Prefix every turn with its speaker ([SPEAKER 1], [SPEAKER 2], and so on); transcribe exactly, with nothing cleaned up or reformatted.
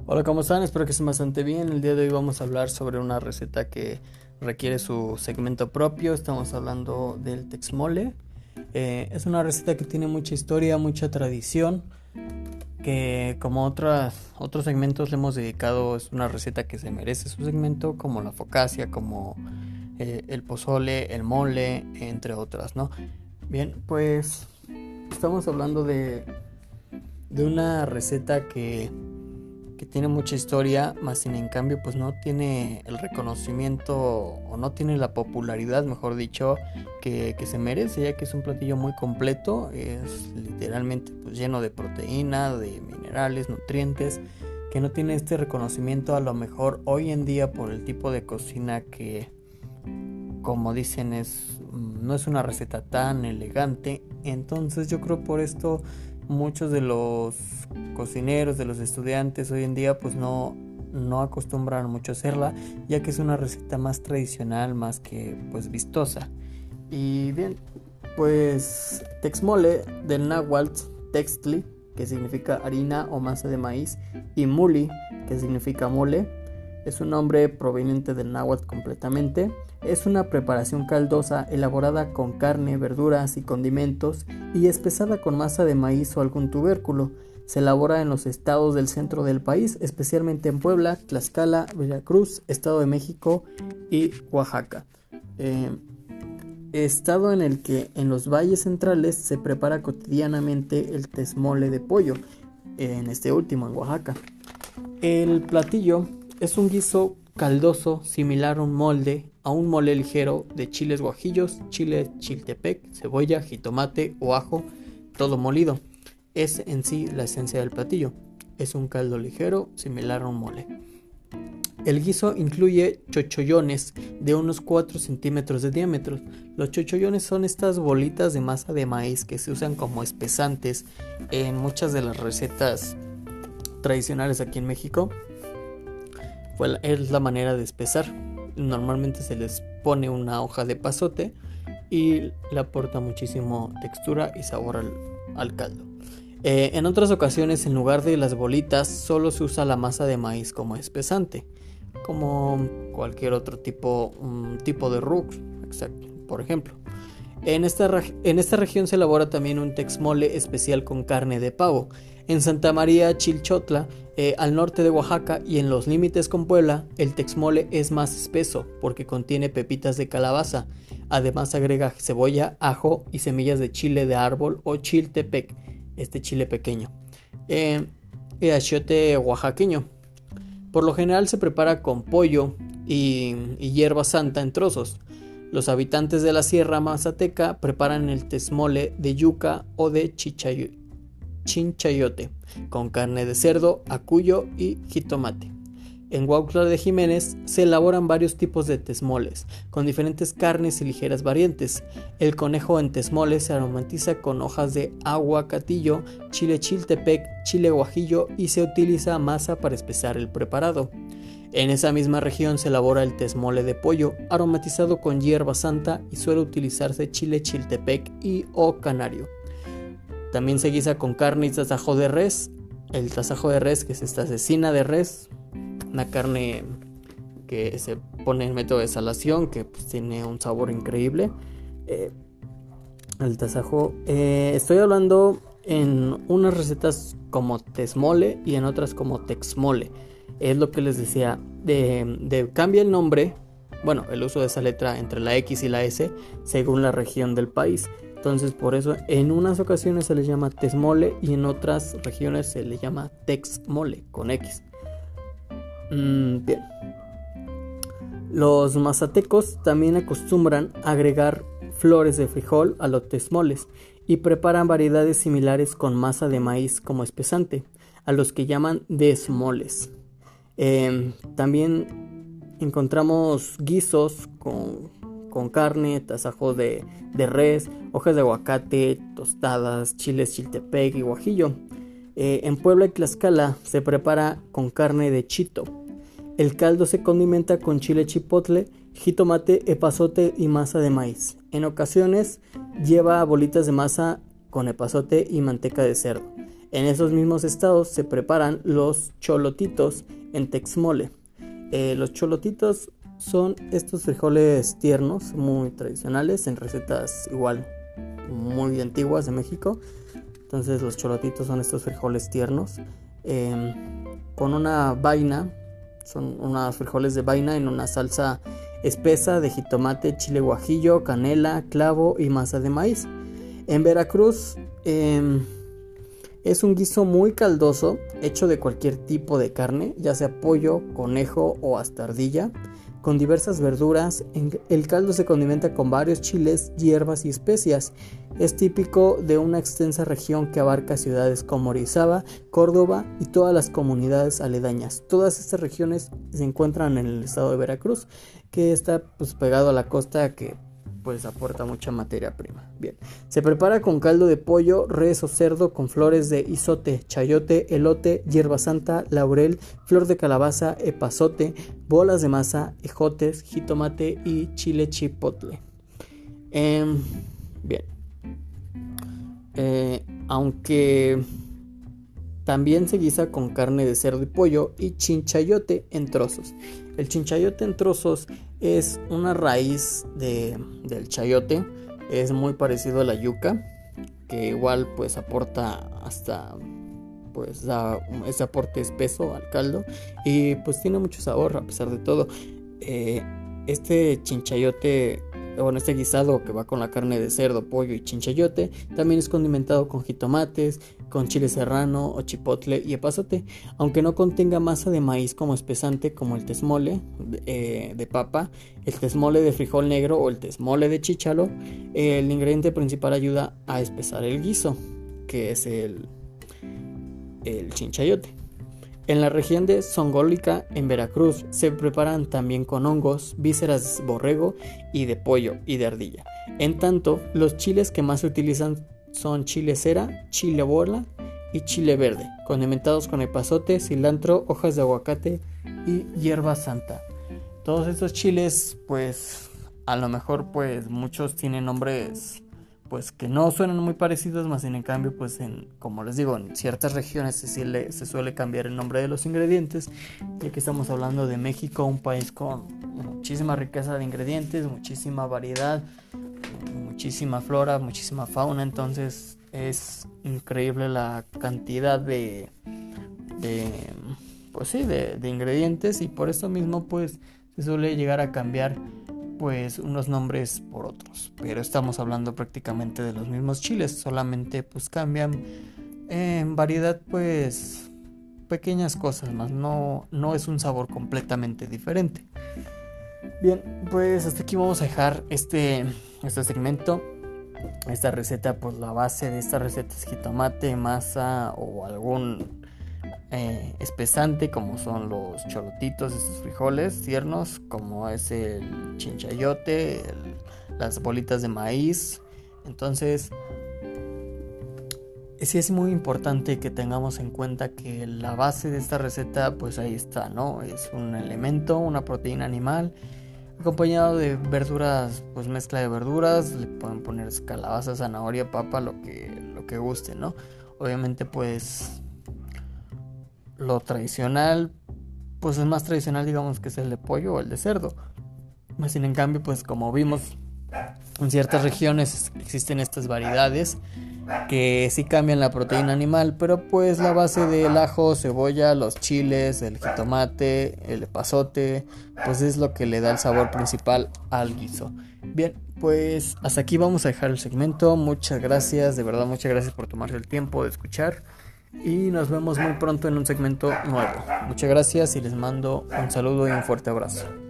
[SPEAKER 1] Hola, ¿cómo están? Espero que estén bastante bien. El día de hoy vamos a hablar sobre una receta que requiere su segmento propio. Estamos hablando del texmole. Eh, es una receta que tiene mucha historia, mucha tradición, que como otras, otros segmentos le hemos dedicado, es una receta que se merece su segmento, como la focaccia, como eh, el pozole, el mole, entre otras, ¿no? Bien, pues estamos hablando de, de una receta que que tiene mucha historia, más sin en cambio pues no tiene el reconocimiento o no tiene la popularidad, mejor dicho, que, que se merece, ya que es un platillo muy completo, es literalmente pues lleno de proteína, de minerales, nutrientes, que no tiene este reconocimiento a lo mejor hoy en día por el tipo de cocina que, como dicen, es no es una receta tan elegante. Entonces yo creo por esto muchos de los cocineros, de los estudiantes hoy en día pues no, no acostumbran mucho a hacerla, ya que es una receta más tradicional, más que pues vistosa. Y bien, pues texmole del náhuatl textli, que significa harina o masa de maíz, y muli, que significa mole, es un nombre proveniente del náhuatl completamente. Es una preparación caldosa elaborada con carne, verduras y condimentos y espesada con masa de maíz o algún tubérculo. Se elabora en los estados del centro del país, especialmente en Puebla, Tlaxcala, Veracruz, Estado de México y Oaxaca. Eh, estado en el que en los valles centrales se prepara cotidianamente el texmole de pollo, en este último en Oaxaca. El platillo es un guiso caldoso similar a un molde, a un mole ligero de chiles guajillos, chile chiltepec, cebolla, jitomate o ajo, todo molido. Es en sí la esencia del platillo. Es un caldo ligero similar a un mole. El guiso incluye chochollones de unos cuatro centímetros de diámetro. Los chochollones son estas bolitas de masa de maíz que se usan como espesantes en muchas de las recetas tradicionales aquí en México. Es la manera de espesar. Normalmente se les pone una hoja de pasote y le aporta muchísimo textura y sabor al, al caldo. Eh, en otras ocasiones, en lugar de las bolitas, solo se usa la masa de maíz como espesante, como cualquier otro tipo, um, tipo de roux, exacto, por ejemplo. En esta, en esta región se elabora también un texmole especial con carne de pavo. En Santa María Chilchotla, eh, al norte de Oaxaca y en los límites con Puebla, el texmole es más espeso porque contiene pepitas de calabaza. Además agrega cebolla, ajo y semillas de chile de árbol o chiltepec, este chile pequeño, eh, y achiote oaxaqueño. Por lo general se prepara con pollo y, y hierba santa en trozos. Los habitantes de la Sierra Mazateca preparan el texmole de yuca o de chichayo, chinchayote, con carne de cerdo, acuyo y jitomate. En Huautla de Jiménez se elaboran varios tipos de texmoles, con diferentes carnes y ligeras variantes. El conejo en texmole se aromatiza con hojas de aguacatillo, chile chiltepec, chile guajillo y se utiliza masa para espesar el preparado. En esa misma región se elabora el texmole de pollo, aromatizado con hierba santa y suele utilizarse chile chiltepec y o canario. También se guisa con carne y tasajo de res. El tasajo de res, que es esta cecina de res, una carne que se pone en método de salación, que pues, tiene un sabor increíble. Eh, el tasajo, eh, estoy hablando en unas recetas como texmole y en otras como texmole. Es lo que les decía, de, de cambia el nombre, bueno, el uso de esa letra entre la X y la S según la región del país. Entonces por eso en unas ocasiones se les llama texmole y en otras regiones se le llama texmole con X. Mm, bien. Los mazatecos también acostumbran agregar flores de frijol a los texmoles y preparan variedades similares con masa de maíz como espesante, a los que llaman desmoles. Eh, también encontramos guisos con, con carne, tasajo de, de res, hojas de aguacate, tostadas, chiles chiltepec y guajillo. Eh, en Puebla y Tlaxcala se prepara con carne de chito. El caldo se condimenta con chile chipotle, jitomate, epazote y masa de maíz. En ocasiones lleva bolitas de masa con epazote y manteca de cerdo. En esos mismos estados se preparan los cholotitos en texmole. Eh, los cholotitos son estos frijoles tiernos muy tradicionales en recetas igual muy antiguas de México. Entonces los cholotitos son estos frijoles tiernos eh, con una vaina, son unos frijoles de vaina en una salsa espesa de jitomate, chile guajillo, canela, clavo y masa de maíz. En Veracruz eh, es un guiso muy caldoso, hecho de cualquier tipo de carne, ya sea pollo, conejo o hasta ardilla, con diversas verduras. El caldo se condimenta con varios chiles, hierbas y especias. Es típico de una extensa región que abarca ciudades como Orizaba, Córdoba y todas las comunidades aledañas. Todas estas regiones se encuentran en el estado de Veracruz, que está pues pegado a la costa, que pues aporta mucha materia prima. Bien, se prepara con caldo de pollo, res o cerdo con flores de izote, chayote, elote, hierba santa, laurel, flor de calabaza, epazote, bolas de masa, ejotes, jitomate y chile chipotle. Eh, bien, eh, aunque también se guisa con carne de cerdo y pollo y chinchayote en trozos. El chinchayote en trozos es una raíz de, del chayote, es muy parecido a la yuca, que igual pues aporta hasta, pues da ese aporte espeso al caldo y pues tiene mucho sabor a pesar de todo. Eh, este chinchayote, bueno, este guisado que va con la carne de cerdo, pollo y chinchayote, también es condimentado con jitomates, con chile serrano o chipotle y epazote. Aunque no contenga masa de maíz como espesante, como el tesmole eh, de papa, el tesmole de frijol negro o el tesmole de chícharo, eh, el ingrediente principal ayuda a espesar el guiso, que es el, el chinchayote. En la región de Zongolica, en Veracruz, se preparan también con hongos, vísceras de borrego y de pollo y de ardilla. En tanto, los chiles que más se utilizan son chile cera, chile bola y chile verde, condimentados con epazote, cilantro, hojas de aguacate y hierba santa. Todos estos chiles, pues, a lo mejor, pues, muchos tienen nombres pues que no suenan muy parecidos, más en cambio pues en, como les digo, en ciertas regiones se suele, se suele cambiar el nombre de los ingredientes, ya que estamos hablando de México, un país con muchísima riqueza de ingredientes, muchísima variedad, muchísima flora, muchísima fauna. Entonces es increíble la cantidad de, de pues sí, de, de ingredientes, y por eso mismo pues se suele llegar a cambiar pues unos nombres por otros, pero estamos hablando prácticamente de los mismos chiles, solamente pues cambian en variedad, pues pequeñas cosas más, no, no es un sabor completamente diferente. Bien, pues hasta aquí vamos a dejar este, este segmento. Esta receta, pues la base de esta receta es jitomate, masa o algún Eh, espesante, como son los cholotitos, estos frijoles tiernos, como es el chinchayote, el, las bolitas de maíz. Entonces sí es muy importante que tengamos en cuenta que la base de esta receta pues ahí está, ¿no? Es un elemento, una proteína animal acompañado de verduras, pues mezcla de verduras, le pueden poner calabaza, zanahoria, papa, lo que, lo que guste, ¿no? Obviamente pues lo tradicional, pues el más tradicional digamos que es el de pollo o el de cerdo. Más sin en cambio, pues como vimos, en ciertas regiones existen estas variedades que sí cambian la proteína animal, pero pues la base del ajo, cebolla, los chiles, el jitomate, el epazote, pues es lo que le da el sabor principal al guiso. Bien, pues hasta aquí vamos a dejar el segmento. Muchas gracias, de verdad muchas gracias por tomarse el tiempo de escuchar. Y nos vemos muy pronto en un segmento nuevo. Muchas gracias y les mando un saludo y un fuerte abrazo.